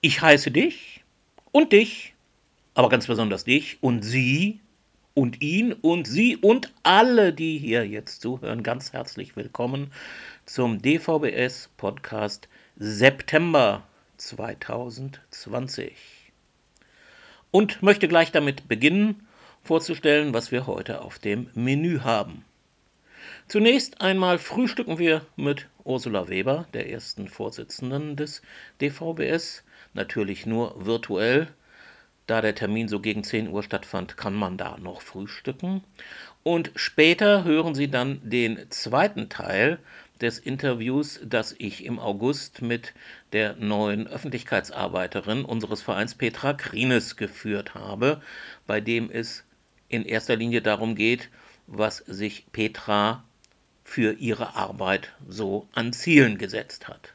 Ich heiße dich und dich, aber ganz besonders dich und sie und ihn und sie und alle, die hier jetzt zuhören, ganz herzlich willkommen zum DVBS-Podcast September 2020. Und möchte gleich damit beginnen, vorzustellen, was wir heute auf dem Menü haben. Zunächst einmal frühstücken wir mit Ursula Weber, der ersten Vorsitzenden des DVBS, natürlich nur virtuell. Da der Termin so gegen 10 Uhr stattfand, kann man da noch frühstücken. Und später hören Sie dann den zweiten Teil des Interviews, das ich im August mit der neuen Öffentlichkeitsarbeiterin unseres Vereins Petra Krines geführt habe, bei dem es in erster Linie darum geht, was sich Petra für ihre Arbeit so an Zielen gesetzt hat.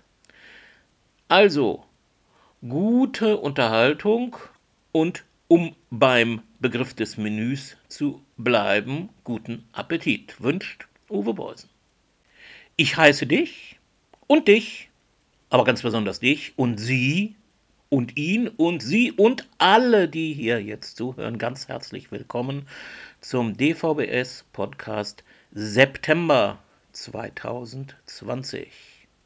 Also, gute Unterhaltung und um beim Begriff des Menüs zu bleiben, guten Appetit, wünscht Uwe Beusen. Ich heiße dich und dich, aber ganz besonders dich und sie und ihn und sie und alle, die hier jetzt zuhören, ganz herzlich willkommen zum DVBS-Podcast September 2020.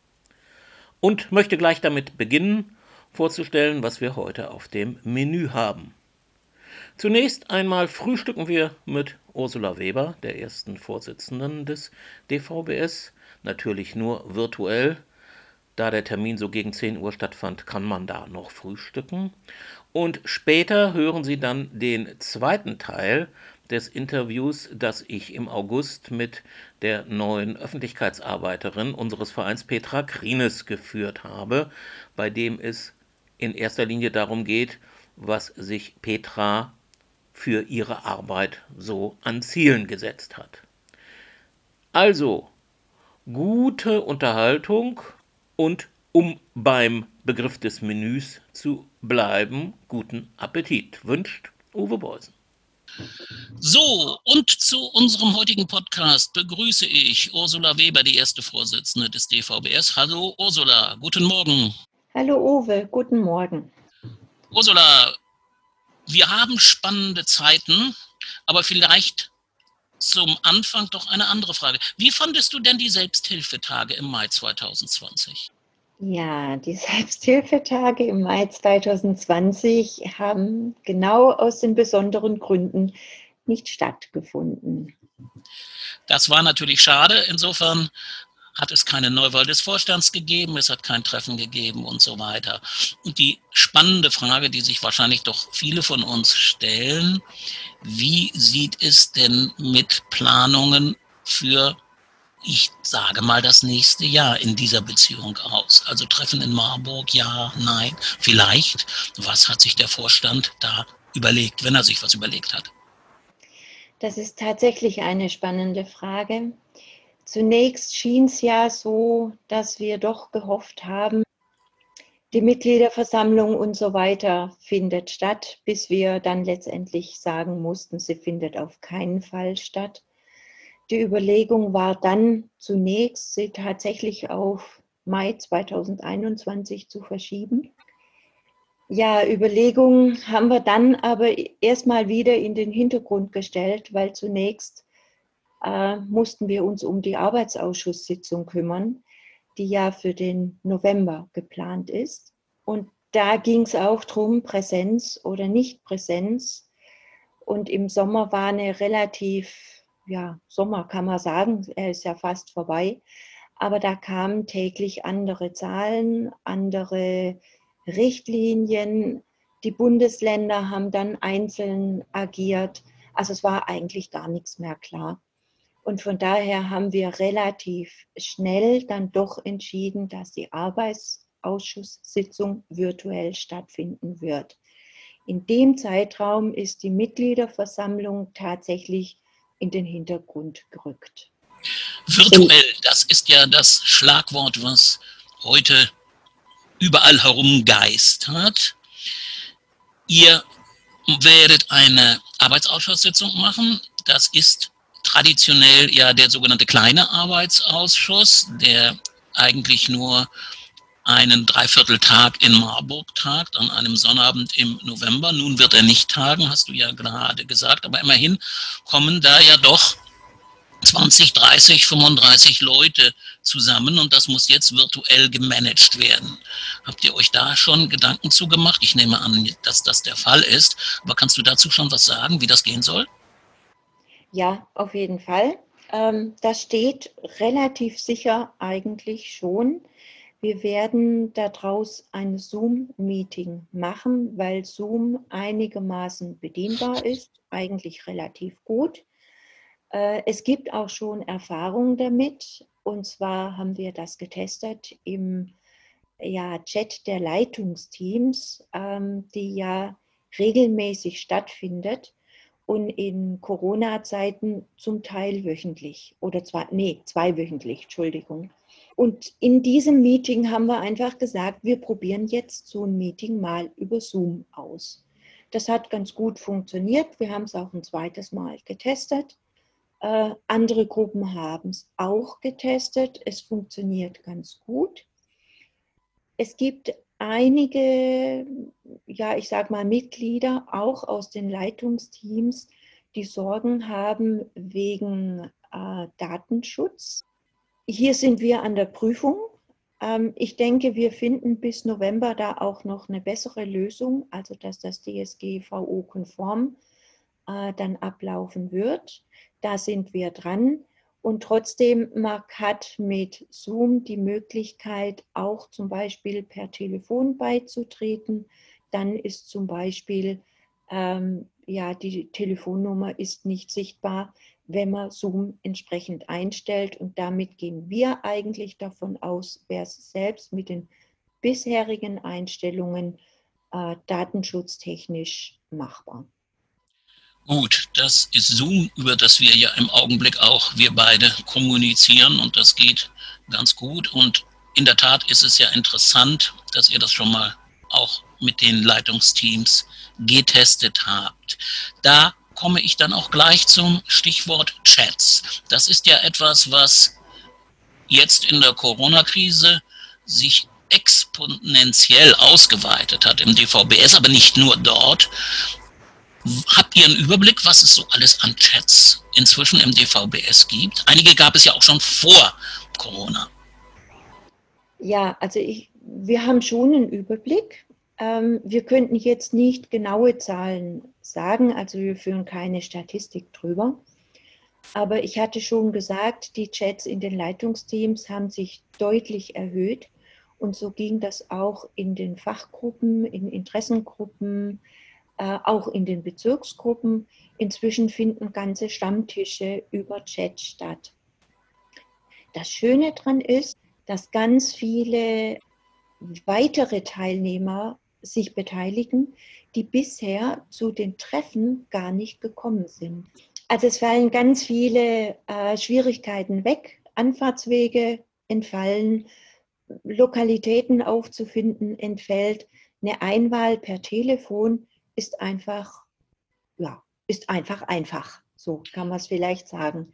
Und möchte gleich damit beginnen, vorzustellen, was wir heute auf dem Menü haben. Zunächst einmal frühstücken wir mit Ursula Weber, der ersten Vorsitzenden des DVBS, natürlich nur virtuell. Da der Termin so gegen 10 Uhr stattfand, kann man da noch frühstücken. Und später hören Sie dann den zweiten Teil des Interviews, das ich im August mit der neuen Öffentlichkeitsarbeiterin unseres Vereins Petra Krines geführt habe, bei dem es in erster Linie darum geht, was sich Petra für ihre Arbeit so an Zielen gesetzt hat. Also, gute Unterhaltung und um beim Begriff des Menüs zu bleiben, guten Appetit, wünscht Uwe Beusen. So, und zu unserem heutigen Podcast begrüße ich Ursula Weber, die erste Vorsitzende des DVBS. Hallo Ursula, guten Morgen. Hallo Uwe, guten Morgen. Ursula, wir haben spannende Zeiten, aber vielleicht zum Anfang doch eine andere Frage. Wie fandest du denn die Selbsthilfetage im Mai 2020? Ja, die Selbsthilfetage im Mai 2020 haben genau aus den besonderen Gründen nicht stattgefunden. Das war natürlich schade. Insofern hat es keine Neuwahl des Vorstands gegeben, es hat kein Treffen gegeben und so weiter. Und die spannende Frage, die sich wahrscheinlich doch viele von uns stellen, wie sieht es denn mit Planungen für, ich sage mal, das nächste Jahr in dieser Beziehung aus? Also Treffen in Marburg, ja, nein, vielleicht. Was hat sich der Vorstand da überlegt, wenn er sich was überlegt hat? Das ist tatsächlich eine spannende Frage. Zunächst schien es ja so, dass wir doch gehofft haben, die Mitgliederversammlung und so weiter findet statt, bis wir dann letztendlich sagen mussten, sie findet auf keinen Fall statt. Die Überlegung war dann zunächst, sie tatsächlich auf Mai 2021 zu verschieben. Ja, Überlegungen haben wir dann aber erstmal wieder in den Hintergrund gestellt, weil zunächst mussten wir uns um die Arbeitsausschusssitzung kümmern, die ja für den November geplant ist. Und da ging es auch darum, Präsenz oder Nicht-Präsenz. Und im Sommer war eine relativ, Sommer kann man sagen, er ist ja fast vorbei, aber da kamen täglich andere Zahlen, andere Richtlinien. Die Bundesländer haben dann einzeln agiert. Also es war eigentlich gar nichts mehr klar. Und von daher haben wir relativ schnell dann doch entschieden, dass die Arbeitsausschusssitzung virtuell stattfinden wird. In dem Zeitraum ist die Mitgliederversammlung tatsächlich in den Hintergrund gerückt. Virtuell, das ist ja das Schlagwort, was heute überall herumgeistert. Ihr werdet eine Arbeitsausschusssitzung machen. Das ist traditionell ja der sogenannte kleine Arbeitsausschuss, der eigentlich nur einen Dreivierteltag in Marburg tagt, an einem Sonnabend im November. Nun wird er nicht tagen, hast du ja gerade gesagt, aber immerhin kommen da ja doch 20, 30, 35 Leute zusammen und das muss jetzt virtuell gemanagt werden. Habt ihr euch da schon Gedanken zu gemacht? Ich nehme an, dass das der Fall ist, aber kannst du dazu schon was sagen, wie das gehen soll? Ja, auf jeden Fall. Das steht relativ sicher eigentlich schon. Wir werden daraus ein Zoom-Meeting machen, weil Zoom einigermaßen bedienbar ist, eigentlich relativ gut. Es gibt auch schon Erfahrungen damit. Und zwar haben wir das getestet im Chat der Leitungsteams, die ja regelmäßig stattfindet und in Corona-Zeiten zum Teil wöchentlich oder zweiwöchentlich, Entschuldigung. Und in diesem Meeting haben wir einfach gesagt, wir probieren jetzt so ein Meeting mal über Zoom aus. Das hat ganz gut funktioniert. Wir haben es auch ein zweites Mal getestet. Andere Gruppen haben es auch getestet. Es funktioniert ganz gut. Es gibt einige, ich sage mal Mitglieder, auch aus den Leitungsteams, die Sorgen haben wegen Datenschutz. Hier sind wir an der Prüfung. Ich denke, wir finden bis November da auch noch eine bessere Lösung, also dass das DSGVO-konform dann ablaufen wird. Da sind wir dran. Und trotzdem, man hat mit Zoom die Möglichkeit, auch zum Beispiel per Telefon beizutreten. Dann ist zum Beispiel, die Telefonnummer ist nicht sichtbar, wenn man Zoom entsprechend einstellt. Und damit gehen wir eigentlich davon aus, wäre es selbst mit den bisherigen Einstellungen datenschutztechnisch machbar. Gut, das ist Zoom, über das wir ja im Augenblick auch wir beide kommunizieren und das geht ganz gut. Und in der Tat ist es ja interessant, dass ihr das schon mal auch mit den Leitungsteams getestet habt. Da komme ich dann auch gleich zum Stichwort Chats. Das ist ja etwas, was jetzt in der Corona-Krise sich exponentiell ausgeweitet hat im DVBS, aber nicht nur dort. Habt ihr einen Überblick, was es so alles an Chats inzwischen im DVBS gibt? Einige gab es ja auch schon vor Corona. Ja, also wir haben schon einen Überblick. Wir könnten jetzt nicht genaue Zahlen sagen, also wir führen keine Statistik drüber. Aber ich hatte schon gesagt, die Chats in den Leitungsteams haben sich deutlich erhöht. Und so ging das auch in den Fachgruppen, in Interessengruppen, auch in den Bezirksgruppen. Inzwischen finden ganze Stammtische über Chat statt. Das Schöne daran ist, dass ganz viele weitere Teilnehmer sich beteiligen, die bisher zu den Treffen gar nicht gekommen sind. Also es fallen ganz viele Schwierigkeiten weg, Anfahrtswege entfallen, Lokalitäten aufzufinden entfällt. Eine Einwahl per Telefon ist einfach, einfach. So kann man es vielleicht sagen.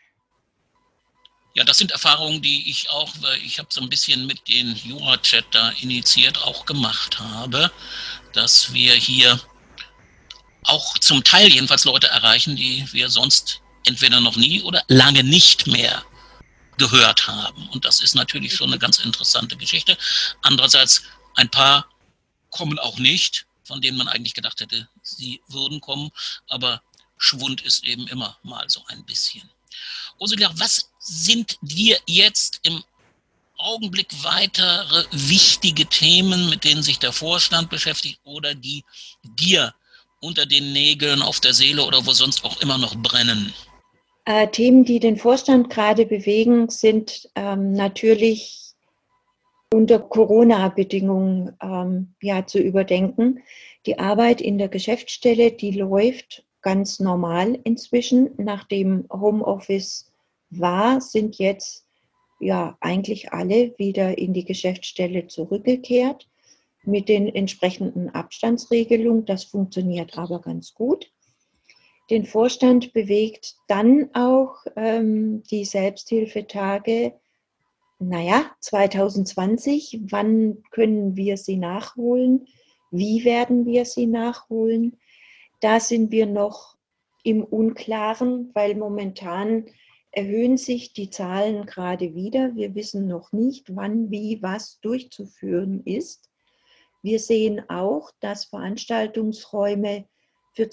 Ja, das sind Erfahrungen, die ich auch, ich habe so ein bisschen mit den Jura-Chat da initiiert auch gemacht habe, dass wir hier auch zum Teil jedenfalls Leute erreichen, die wir sonst entweder noch nie oder lange nicht mehr gehört haben. Und das ist natürlich schon eine ganz interessante Geschichte. Andererseits, ein paar kommen auch nicht, von denen man eigentlich gedacht hätte, sie würden kommen, aber Schwund ist eben immer mal so ein bisschen. Ursula, was sind dir jetzt im Augenblick weitere wichtige Themen, mit denen sich der Vorstand beschäftigt oder die dir unter den Nägeln, auf der Seele oder wo sonst auch immer noch brennen? Themen, die den Vorstand gerade bewegen, sind natürlich unter Corona-Bedingungen zu überdenken. Die Arbeit in der Geschäftsstelle, die läuft ganz normal inzwischen. Nachdem Homeoffice war, sind jetzt eigentlich alle wieder in die Geschäftsstelle zurückgekehrt mit den entsprechenden Abstandsregelungen. Das funktioniert aber ganz gut. Den Vorstand bewegt dann auch die Selbsthilfetage naja, 2020, wann können wir sie nachholen? Wie werden wir sie nachholen? Da sind wir noch im Unklaren, weil momentan erhöhen sich die Zahlen gerade wieder. Wir wissen noch nicht, wann, wie, was durchzuführen ist. Wir sehen auch, dass Veranstaltungsräume für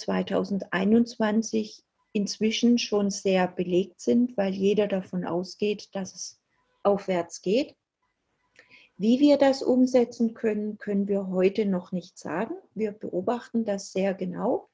2021 inzwischen schon sehr belegt sind, weil jeder davon ausgeht, dass es aufwärts geht. Wie wir das umsetzen können, können wir heute noch nicht sagen. Wir beobachten das sehr genau.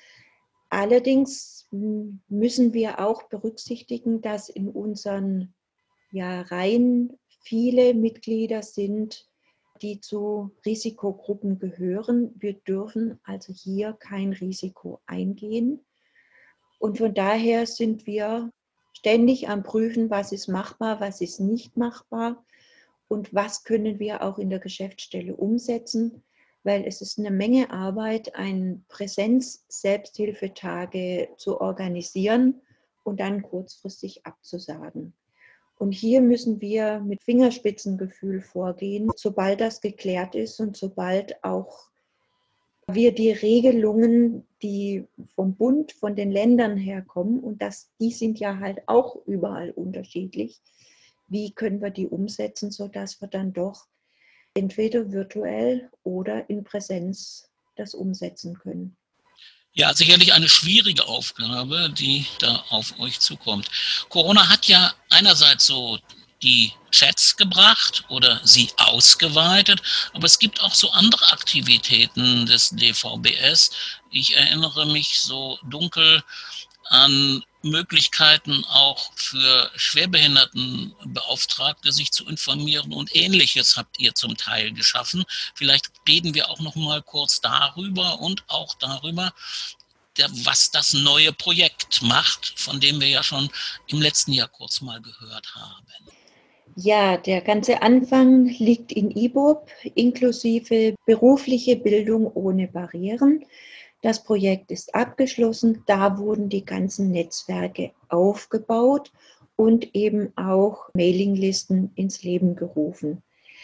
Allerdings müssen wir auch berücksichtigen, dass in unseren Reihen viele Mitglieder sind, die zu Risikogruppen gehören. Wir dürfen also hier kein Risiko eingehen. Und von daher sind wir ständig am Prüfen, was ist machbar, was ist nicht machbar und was können wir auch in der Geschäftsstelle umsetzen, weil es ist eine Menge Arbeit, ein Präsenz-Selbsthilfetage zu organisieren und dann kurzfristig abzusagen. Und hier müssen wir mit Fingerspitzengefühl vorgehen, sobald das geklärt ist und sobald auch wir die Regelungen, die vom Bund, von den Ländern herkommen, und die sind ja halt auch überall unterschiedlich, wie können wir die umsetzen, sodass wir dann doch entweder virtuell oder in Präsenz das umsetzen können. Ja, sicherlich eine schwierige Aufgabe, die da auf euch zukommt. Corona hat ja einerseits so die Chats gebracht oder sie ausgeweitet, aber es gibt auch so andere Aktivitäten des DVBS. Ich erinnere mich so dunkel an Möglichkeiten auch für Schwerbehindertenbeauftragte, sich zu informieren und Ähnliches habt ihr zum Teil geschaffen. Vielleicht reden wir auch noch mal kurz darüber und auch darüber, was das neue Projekt macht, von dem wir ja schon im letzten Jahr kurz mal gehört haben. Ja, der ganze Anfang liegt in IBOB, inklusive berufliche Bildung ohne Barrieren. Das Projekt ist abgeschlossen. Da wurden die ganzen Netzwerke aufgebaut und eben auch Mailinglisten ins Leben gerufen.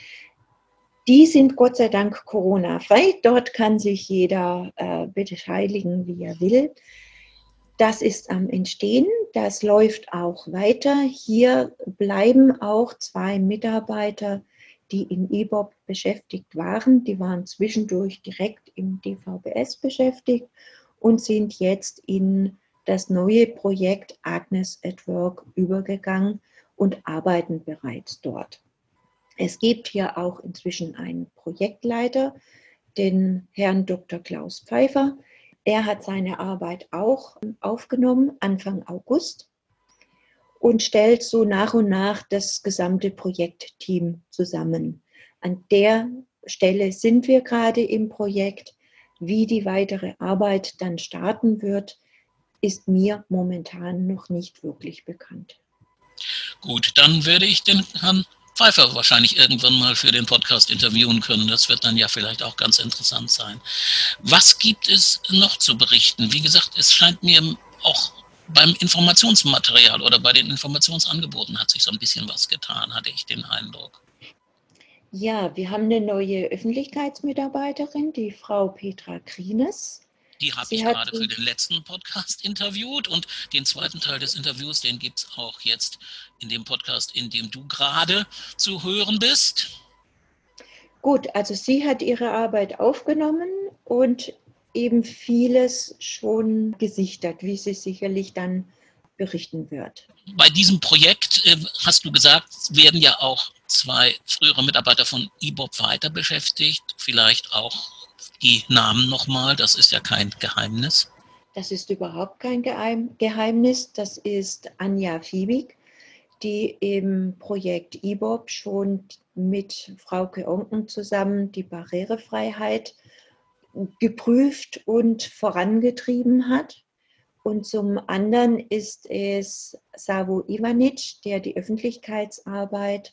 Die sind Gott sei Dank Corona-frei. Dort kann sich jeder beteiligen, wie er will. Das ist am Entstehen. Das läuft auch weiter. Hier bleiben auch 2 Mitarbeiter, die in IBOB beschäftigt waren. Die waren zwischendurch direkt im DVBS beschäftigt und sind jetzt in das neue Projekt Agnes at Work übergegangen und arbeiten bereits dort. Es gibt hier auch inzwischen einen Projektleiter, den Herrn Dr. Klaus Pfeiffer. Er hat seine Arbeit auch aufgenommen Anfang August und stellt so nach und nach das gesamte Projektteam zusammen. An der Stelle sind wir gerade im Projekt. Wie die weitere Arbeit dann starten wird, ist mir momentan noch nicht wirklich bekannt. Gut, dann werde ich den Herrn Pfeiffer wahrscheinlich irgendwann mal für den Podcast interviewen können. Das wird dann ja vielleicht auch ganz interessant sein. Was gibt es noch zu berichten? Wie gesagt, es scheint mir auch beim Informationsmaterial oder bei den Informationsangeboten hat sich so ein bisschen was getan, hatte ich den Eindruck. Ja, wir haben eine neue Öffentlichkeitsmitarbeiterin, die Frau Petra Krienes. Die habe ich gerade für den letzten Podcast interviewt und den zweiten Teil des Interviews, den gibt es auch jetzt in dem Podcast, in dem du gerade zu hören bist. Gut, also sie hat ihre Arbeit aufgenommen und eben vieles schon gesichert, wie sie sicherlich dann berichten wird. Bei diesem Projekt, hast du gesagt, werden ja auch 2 frühere Mitarbeiter von IBOB weiter beschäftigt, vielleicht auch die Namen nochmal, das ist ja kein Geheimnis. Das ist überhaupt kein Geheimnis, das ist Anja Fiebig, die im Projekt IBOB schon mit Frauke Onken zusammen die Barrierefreiheit geprüft und vorangetrieben hat. Und zum anderen ist es Savo Ivanic, der die Öffentlichkeitsarbeit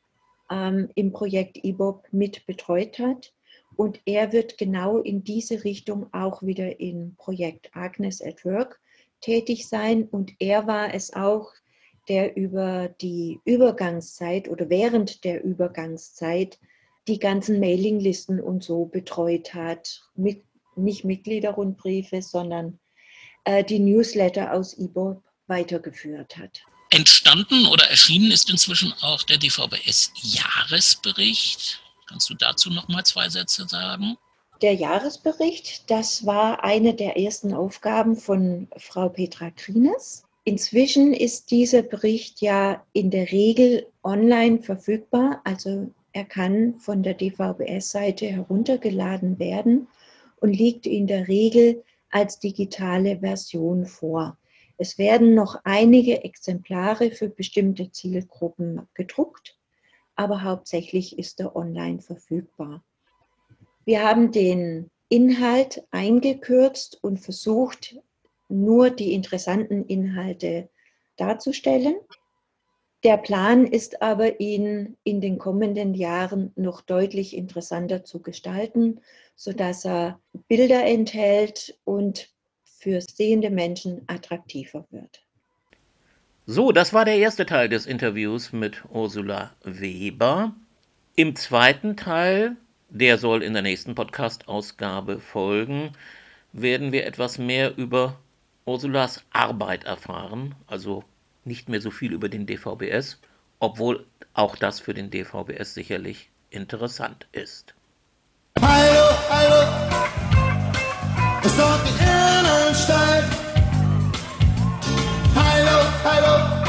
im Projekt IBOB mit betreut hat. Und er wird genau in diese Richtung auch wieder im Projekt Agnes at Work tätig sein. Und er war es auch, der über die Übergangszeit oder während der Übergangszeit die ganzen Mailinglisten und so betreut hat. Nicht Mitgliederrundbriefe, sondern die Newsletter aus IBOP weitergeführt hat. Entstanden oder erschienen ist inzwischen auch der DVBS-Jahresbericht. Kannst du dazu noch mal 2 Sätze sagen? Der Jahresbericht, das war eine der ersten Aufgaben von Frau Petra Krines. Inzwischen ist dieser Bericht ja in der Regel online verfügbar, also er kann von der DVBS-Seite heruntergeladen werden und liegt in der Regel als digitale Version vor. Es werden noch einige Exemplare für bestimmte Zielgruppen gedruckt, aber hauptsächlich ist er online verfügbar. Wir haben den Inhalt eingekürzt und versucht, nur die interessanten Inhalte darzustellen. Der Plan ist aber, ihn in den kommenden Jahren noch deutlich interessanter zu gestalten, sodass er Bilder enthält und für sehende Menschen attraktiver wird. So, das war der erste Teil des Interviews mit Ursula Weber. Im zweiten Teil, der soll in der nächsten Podcast-Ausgabe folgen, werden wir etwas mehr über Ursulas Arbeit erfahren, also nicht mehr so viel über den DVBS, obwohl auch das für den DVBS sicherlich interessant ist. Hallo, hallo, ist dort die Irrenanstalt? Hallo, hallo,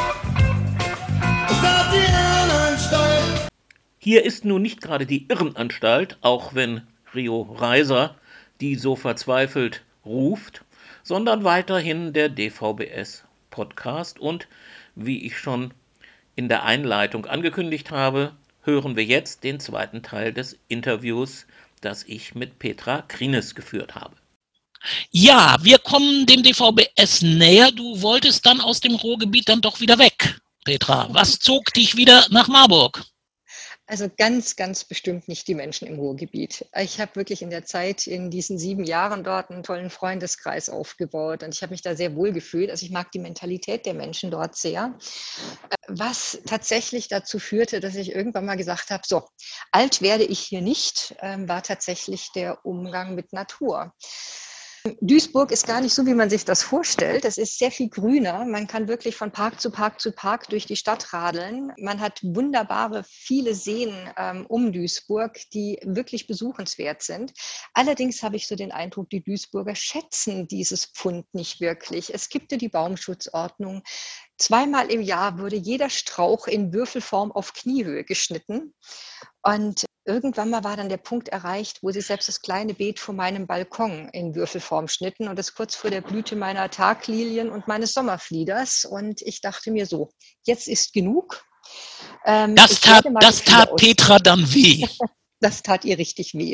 ist dort die Irrenanstalt? Hier ist nun nicht gerade die Irrenanstalt, auch wenn Rio Reiser die so verzweifelt ruft, sondern weiterhin der DVBS-Podcast. Und wie ich schon in der Einleitung angekündigt habe, hören wir jetzt den zweiten Teil des Interviews, das ich mit Petra Krines geführt habe. Ja, wir kommen dem DVBS näher. Du wolltest dann aus dem Ruhrgebiet dann doch wieder weg, Petra. Was zog dich wieder nach Marburg? Also ganz, ganz bestimmt nicht die Menschen im Ruhrgebiet. Ich habe wirklich in der Zeit, in diesen 7 Jahren dort einen tollen Freundeskreis aufgebaut und ich habe mich da sehr wohl gefühlt. Also ich mag die Mentalität der Menschen dort sehr, was tatsächlich dazu führte, dass ich irgendwann mal gesagt habe, so, alt werde ich hier nicht, war tatsächlich der Umgang mit Natur. Duisburg ist gar nicht so, wie man sich das vorstellt. Es ist sehr viel grüner. Man kann wirklich von Park zu Park zu Park durch die Stadt radeln. Man hat wunderbare, viele Seen um Duisburg, die wirklich besuchenswert sind. Allerdings habe ich so den Eindruck, die Duisburger schätzen dieses Pfund nicht wirklich. Es gibt ja die Baumschutzordnung. 2-mal im Jahr wurde jeder Strauch in Würfelform auf Kniehöhe geschnitten. Und irgendwann mal war dann der Punkt erreicht, wo sie selbst das kleine Beet vor meinem Balkon in Würfelform schnitten und das kurz vor der Blüte meiner Taglilien und meines Sommerflieders. Und ich dachte mir so, jetzt ist genug. Das tat Petra dann weh. Das tat ihr richtig weh.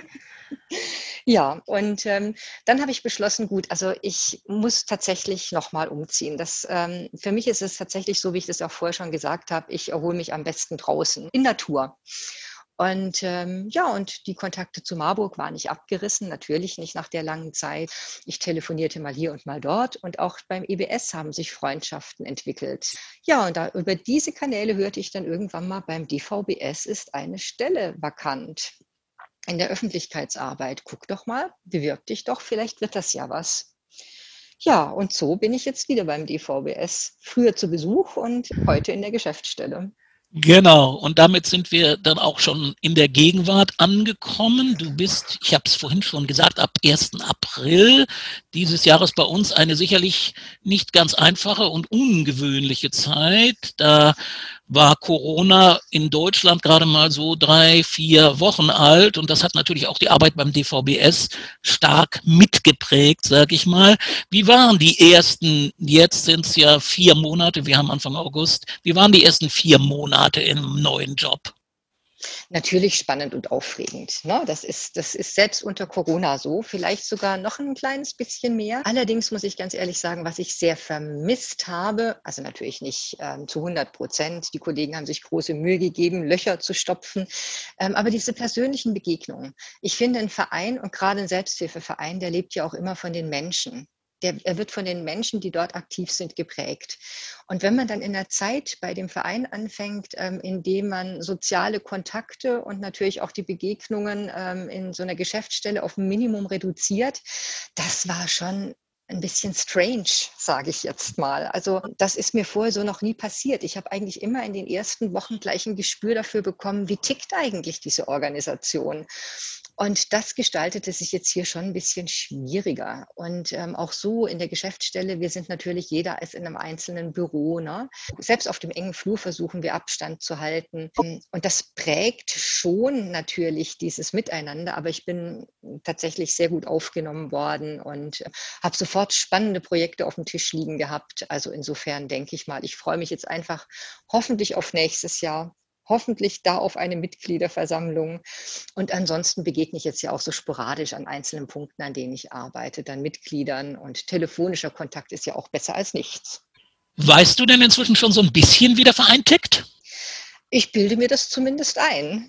Ja, und dann habe ich beschlossen, gut, also ich muss tatsächlich nochmal umziehen. Für mich ist es tatsächlich so, wie ich das auch vorher schon gesagt habe, ich erhole mich am besten draußen, in Natur. Und und die Kontakte zu Marburg waren nicht abgerissen, natürlich nicht nach der langen Zeit. Ich telefonierte mal hier und mal dort und auch beim EBS haben sich Freundschaften entwickelt. Ja, und über diese Kanäle hörte ich dann irgendwann mal, beim DVBS ist eine Stelle vakant in der Öffentlichkeitsarbeit. Guck doch mal, bewirb dich doch, vielleicht wird das ja was. Ja, und so bin ich jetzt wieder beim DVBS. Früher zu Besuch und heute in der Geschäftsstelle. Genau, und damit sind wir dann auch schon in der Gegenwart angekommen. Du bist, ich habe es vorhin schon gesagt, ab 1. April dieses Jahres bei uns eine sicherlich nicht ganz einfache und ungewöhnliche Zeit. Da war Corona in Deutschland gerade mal so 3-4 Wochen alt und das hat natürlich auch die Arbeit beim DVBS stark mitgeprägt, sage ich mal. Wie waren die ersten, jetzt sind es ja 4 Monate, wir haben Anfang August, wie waren die ersten 4 Monate im neuen Job? Natürlich spannend und aufregend. Ne? Das ist selbst unter Corona so, vielleicht sogar noch ein kleines bisschen mehr. Allerdings muss ich ganz ehrlich sagen, was ich sehr vermisst habe, also natürlich nicht zu 100%, die Kollegen haben sich große Mühe gegeben, Löcher zu stopfen, aber diese persönlichen Begegnungen. Ich finde, ein Verein und gerade ein Selbsthilfeverein, der lebt ja auch immer von den Menschen. er wird von den Menschen, die dort aktiv sind, geprägt. Und wenn man dann in der Zeit bei dem Verein anfängt, indem man soziale Kontakte und natürlich auch die Begegnungen in so einer Geschäftsstelle auf ein Minimum reduziert, das war schon ein bisschen strange, sage ich jetzt mal. Also das ist mir vorher so noch nie passiert. Ich habe eigentlich immer in den ersten Wochen gleich ein Gespür dafür bekommen, wie tickt eigentlich diese Organisation. Und das gestaltete sich jetzt hier schon ein bisschen schwieriger. Und auch so in der Geschäftsstelle, wir sind natürlich, jeder ist in einem einzelnen Büro. Ne? Selbst auf dem engen Flur versuchen wir Abstand zu halten. Und das prägt schon natürlich dieses Miteinander. Aber ich bin tatsächlich sehr gut aufgenommen worden und habe sofort spannende Projekte auf dem Tisch liegen gehabt. Also insofern denke ich mal, ich freue mich jetzt einfach hoffentlich auf nächstes Jahr. Hoffentlich da auf eine Mitgliederversammlung. Und ansonsten begegne ich jetzt ja auch so sporadisch an einzelnen Punkten, an denen ich arbeite, dann Mitgliedern. Und telefonischer Kontakt ist ja auch besser als nichts. Weißt du denn inzwischen schon so ein bisschen, wie der Verein tickt? Ich bilde mir das zumindest ein.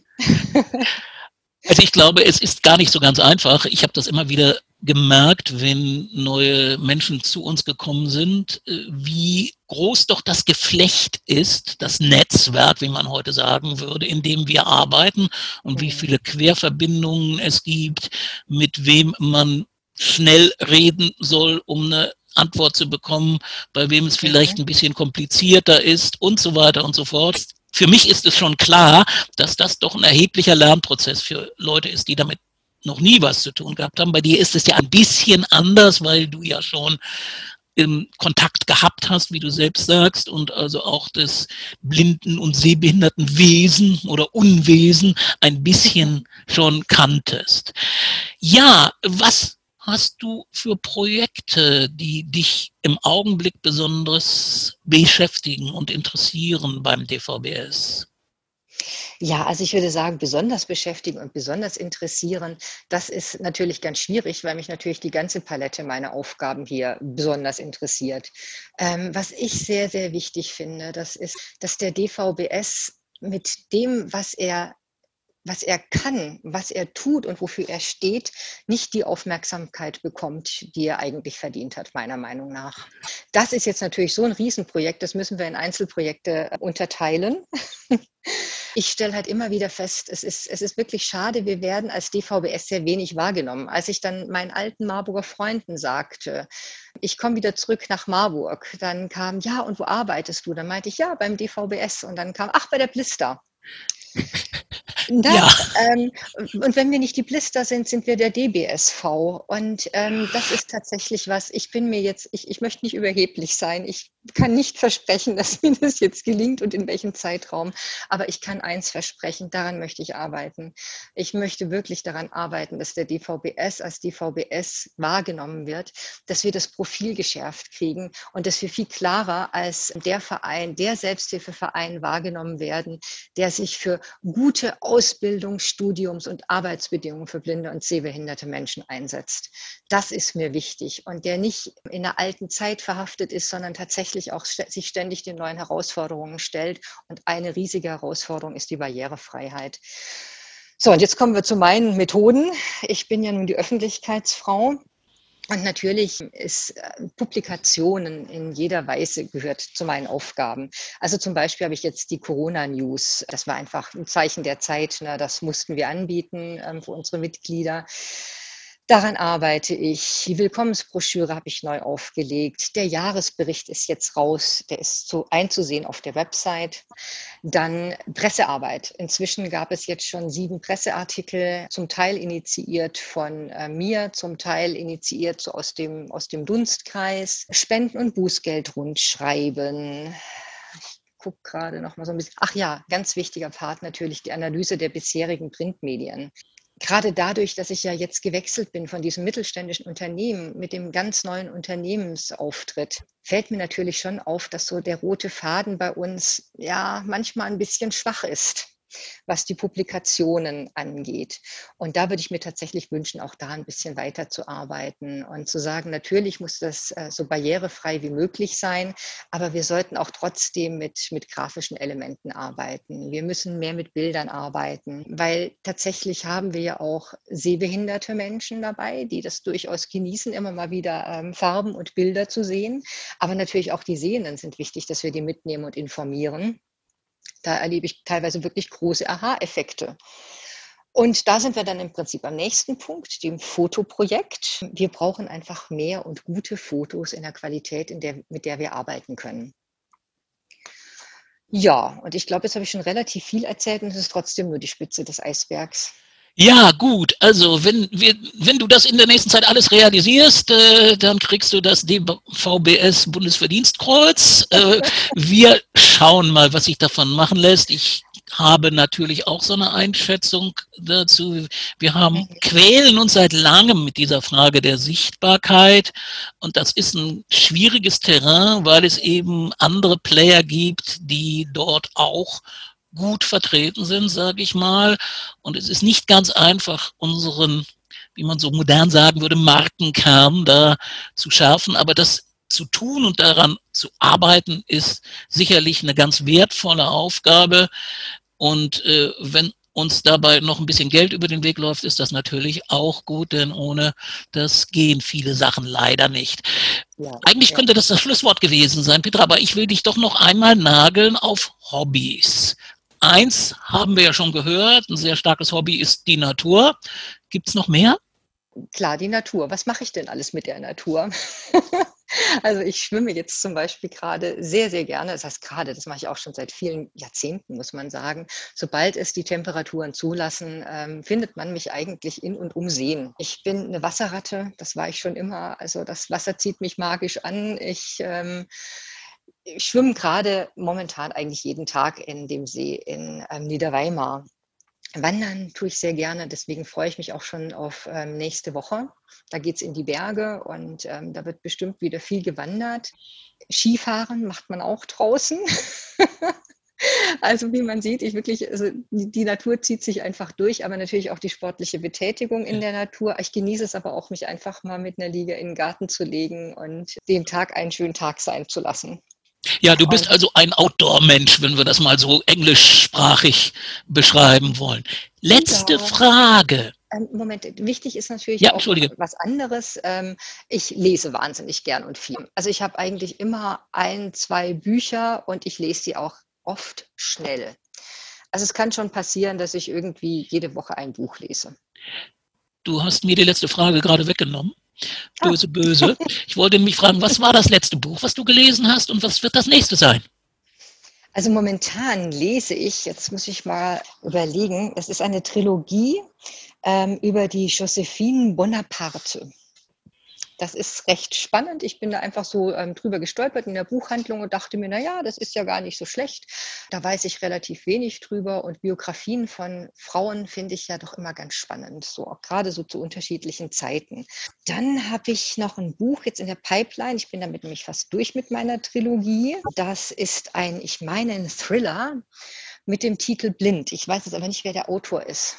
Also ich glaube, es ist gar nicht so ganz einfach. Ich habe das immer wieder gemerkt, wenn neue Menschen zu uns gekommen sind, wie groß doch das Geflecht ist, das Netzwerk, wie man heute sagen würde, in dem wir arbeiten und wie viele Querverbindungen es gibt, mit wem man schnell reden soll, um eine Antwort zu bekommen, bei wem es vielleicht ein bisschen komplizierter ist und so weiter und so fort. Für mich ist es schon klar, dass das doch ein erheblicher Lernprozess für Leute ist, die damit noch nie was zu tun gehabt haben. Bei dir ist es ja ein bisschen anders, weil du ja schon Kontakt gehabt hast, wie du selbst sagst, und also auch das blinden und sehbehinderten Wesen oder Unwesen ein bisschen schon kanntest. Ja, was hast du für Projekte, die dich im Augenblick besonders beschäftigen und interessieren beim DVBS? Ja, also ich würde sagen, besonders beschäftigen und besonders interessieren, das ist natürlich ganz schwierig, weil mich natürlich die ganze Palette meiner Aufgaben hier besonders interessiert. Was ich sehr, sehr wichtig finde, das ist, dass der DVBS mit dem, was er kann, was er tut und wofür er steht, nicht die Aufmerksamkeit bekommt, die er eigentlich verdient hat, meiner Meinung nach. Das ist jetzt natürlich so ein Riesenprojekt, das müssen wir in Einzelprojekte unterteilen. Ich stelle halt immer wieder fest, es ist wirklich schade, wir werden als DVBS sehr wenig wahrgenommen. Als ich dann meinen alten Marburger Freunden sagte, ich komme wieder zurück nach Marburg, dann kam, ja, und wo arbeitest du? Dann meinte ich, ja, beim DVBS. Und dann kam, ach, bei der Blister. Ja. Und wenn wir nicht die Blister sind, sind wir der DBSV. Und das ist tatsächlich was, ich möchte nicht überheblich sein. Ich kann nicht versprechen, dass mir das jetzt gelingt und in welchem Zeitraum. Aber ich kann eins versprechen, daran möchte ich arbeiten. Ich möchte wirklich daran arbeiten, dass der DVBS als DVBS wahrgenommen wird, dass wir das Profil geschärft kriegen und dass wir viel klarer als der Verein, der Selbsthilfeverein wahrgenommen werden, der sich für gute Ausbildung, Studiums- und Arbeitsbedingungen für blinde und sehbehinderte Menschen einsetzt. Das ist mir wichtig und der nicht in einer alten Zeit verhaftet ist, sondern tatsächlich auch sich ständig den neuen Herausforderungen stellt. Und eine riesige Herausforderung ist die Barrierefreiheit. So, und jetzt kommen wir zu meinen Methoden. Ich bin ja nun die Öffentlichkeitsfrau. Und natürlich ist Publikationen in jeder Weise gehört zu meinen Aufgaben. Also zum Beispiel habe ich jetzt die Corona-News. Das war einfach ein Zeichen der Zeit. Ne? Das mussten wir anbieten für unsere Mitglieder. Daran arbeite ich. Die Willkommensbroschüre habe ich neu aufgelegt. Der Jahresbericht ist jetzt raus. Der ist einzusehen auf der Website. Dann Pressearbeit. Inzwischen gab es jetzt schon 7 Presseartikel, zum Teil initiiert von mir, zum Teil initiiert so aus dem Dunstkreis. Spenden- und Bußgeld rundschreiben. Ich gucke gerade noch mal so ein bisschen. Ach ja, ganz wichtiger Part natürlich die Analyse der bisherigen Printmedien. Gerade dadurch, dass ich ja jetzt gewechselt bin von diesem mittelständischen Unternehmen mit dem ganz neuen Unternehmensauftritt, fällt mir natürlich schon auf, dass so der rote Faden bei uns ja manchmal ein bisschen schwach ist. was die Publikationen angeht. Und da würde ich mir tatsächlich wünschen, auch da ein bisschen weiterzuarbeiten und zu sagen, natürlich muss das so barrierefrei wie möglich sein, aber wir sollten auch trotzdem mit grafischen Elementen arbeiten. Wir müssen mehr mit Bildern arbeiten, weil tatsächlich haben wir ja auch sehbehinderte Menschen dabei, die das durchaus genießen, immer mal wieder Farben und Bilder zu sehen. Aber natürlich auch die Sehenden sind wichtig, dass wir die mitnehmen und informieren. Da erlebe ich teilweise wirklich große Aha-Effekte. Und da sind wir dann im Prinzip am nächsten Punkt, dem Fotoprojekt. Wir brauchen einfach mehr und gute Fotos in der Qualität, mit der wir arbeiten können. Ja, und ich glaube, jetzt habe ich schon relativ viel erzählt und es ist trotzdem nur die Spitze des Eisbergs. Ja, gut. Also wenn du das in der nächsten Zeit alles realisierst, dann kriegst du das DVBS Bundesverdienstkreuz. Wir schauen mal, was sich davon machen lässt. Ich habe natürlich auch so eine Einschätzung dazu. Wir quälen uns seit langem mit dieser Frage der Sichtbarkeit. Und das ist ein schwieriges Terrain, weil es eben andere Player gibt, die dort auch gut vertreten sind, sage ich mal. Und es ist nicht ganz einfach, unseren, wie man so modern sagen würde, Markenkern da zu schärfen. Aber das zu tun und daran zu arbeiten, ist sicherlich eine ganz wertvolle Aufgabe. Und wenn uns dabei noch ein bisschen Geld über den Weg läuft, ist das natürlich auch gut, denn ohne das gehen viele Sachen leider nicht. Ja, eigentlich könnte das Schlusswort gewesen sein, Petra, aber ich will dich doch noch einmal nageln auf Hobbys. Eins haben wir ja schon gehört, ein sehr starkes Hobby ist die Natur. Gibt es noch mehr? Klar, die Natur. Was mache ich denn alles mit der Natur? Also ich schwimme jetzt zum Beispiel gerade sehr, sehr gerne. Das heißt gerade, das mache ich auch schon seit vielen Jahrzehnten, muss man sagen. Sobald es die Temperaturen zulassen, findet man mich eigentlich in und um Seen. Ich bin eine Wasserratte, das war ich schon immer. Also das Wasser zieht mich magisch an. Ich schwimme gerade momentan eigentlich jeden Tag in dem See in Niederweimar. Wandern tue ich sehr gerne, deswegen freue ich mich auch schon auf nächste Woche. Da geht es in die Berge und da wird bestimmt wieder viel gewandert. Skifahren macht man auch draußen. Also wie man sieht, die Natur zieht sich einfach durch, aber natürlich auch die sportliche Betätigung in der Natur. Ich genieße es aber auch, mich einfach mal mit einer Liege in den Garten zu legen und den Tag einen schönen Tag sein zu lassen. Ja, du bist also ein Outdoor-Mensch, wenn wir das mal so englischsprachig beschreiben wollen. Letzte Frage. Moment, wichtig ist natürlich auch was anderes. Ich lese wahnsinnig gern und viel. Also ich habe eigentlich immer 1, 2 Bücher und ich lese sie auch oft schnell. Also es kann schon passieren, dass ich irgendwie jede Woche ein Buch lese. Du hast mir die letzte Frage gerade weggenommen. Böse, böse. Ich wollte mich fragen, was war das letzte Buch, was du gelesen hast und was wird das nächste sein? Also momentan lese ich, jetzt muss ich mal überlegen, es ist eine Trilogie über die Josephine Bonaparte. Das ist recht spannend. Ich bin da einfach so drüber gestolpert in der Buchhandlung und dachte mir, naja, das ist ja gar nicht so schlecht. Da weiß ich relativ wenig drüber und Biografien von Frauen finde ich ja doch immer ganz spannend, so auch gerade so zu unterschiedlichen Zeiten. Dann habe ich noch ein Buch jetzt in der Pipeline. Ich bin damit nämlich fast durch mit meiner Trilogie. Das ist ein Thriller mit dem Titel Blind. Ich weiß jetzt aber nicht, wer der Autor ist.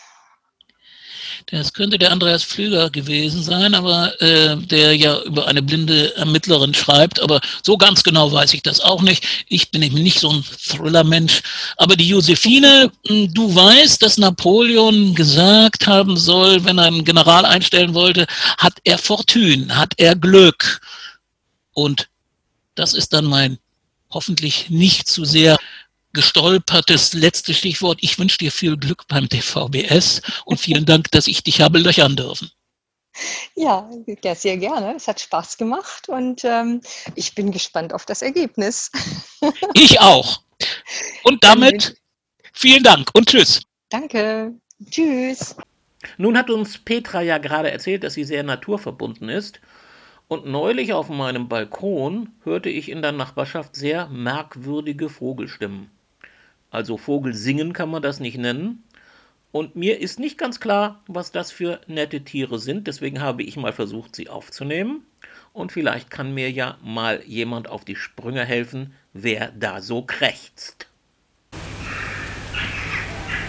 Das könnte der Andreas Pflüger gewesen sein, aber der ja über eine blinde Ermittlerin schreibt. Aber so ganz genau weiß ich das auch nicht. Ich bin eben nicht so ein Thriller-Mensch. Aber die Josephine, du weißt, dass Napoleon gesagt haben soll, wenn er einen General einstellen wollte, hat er Fortune, hat er Glück. Und das ist dann mein hoffentlich nicht zu sehr gestolpertes letzte Stichwort. Ich wünsche dir viel Glück beim DVBS und vielen Dank, dass ich dich habe löchern dürfen. Ja, sehr gerne. Es hat Spaß gemacht und ich bin gespannt auf das Ergebnis. Ich auch. Und damit vielen Dank und tschüss. Danke. Tschüss. Nun hat uns Petra ja gerade erzählt, dass sie sehr naturverbunden ist. Und neulich auf meinem Balkon hörte ich in der Nachbarschaft sehr merkwürdige Vogelstimmen. Also Vogelsingen kann man das nicht nennen. Und mir ist nicht ganz klar, was das für nette Tiere sind. Deswegen habe ich mal versucht, sie aufzunehmen. Und vielleicht kann mir ja mal jemand auf die Sprünge helfen, wer da so krächzt.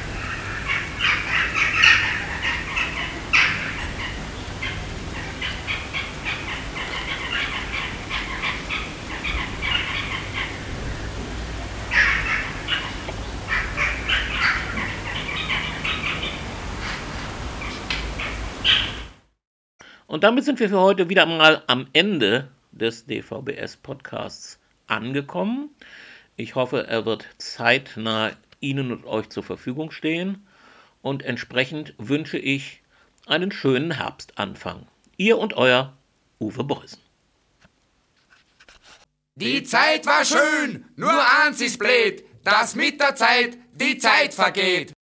Und damit sind wir für heute wieder mal am Ende des DVBS-Podcasts angekommen. Ich hoffe, er wird zeitnah Ihnen und euch zur Verfügung stehen. Und entsprechend wünsche ich einen schönen Herbstanfang. Ihr und euer Uwe Beusen. Die Zeit war schön, nur eins ist blöd, dass mit der Zeit die Zeit vergeht.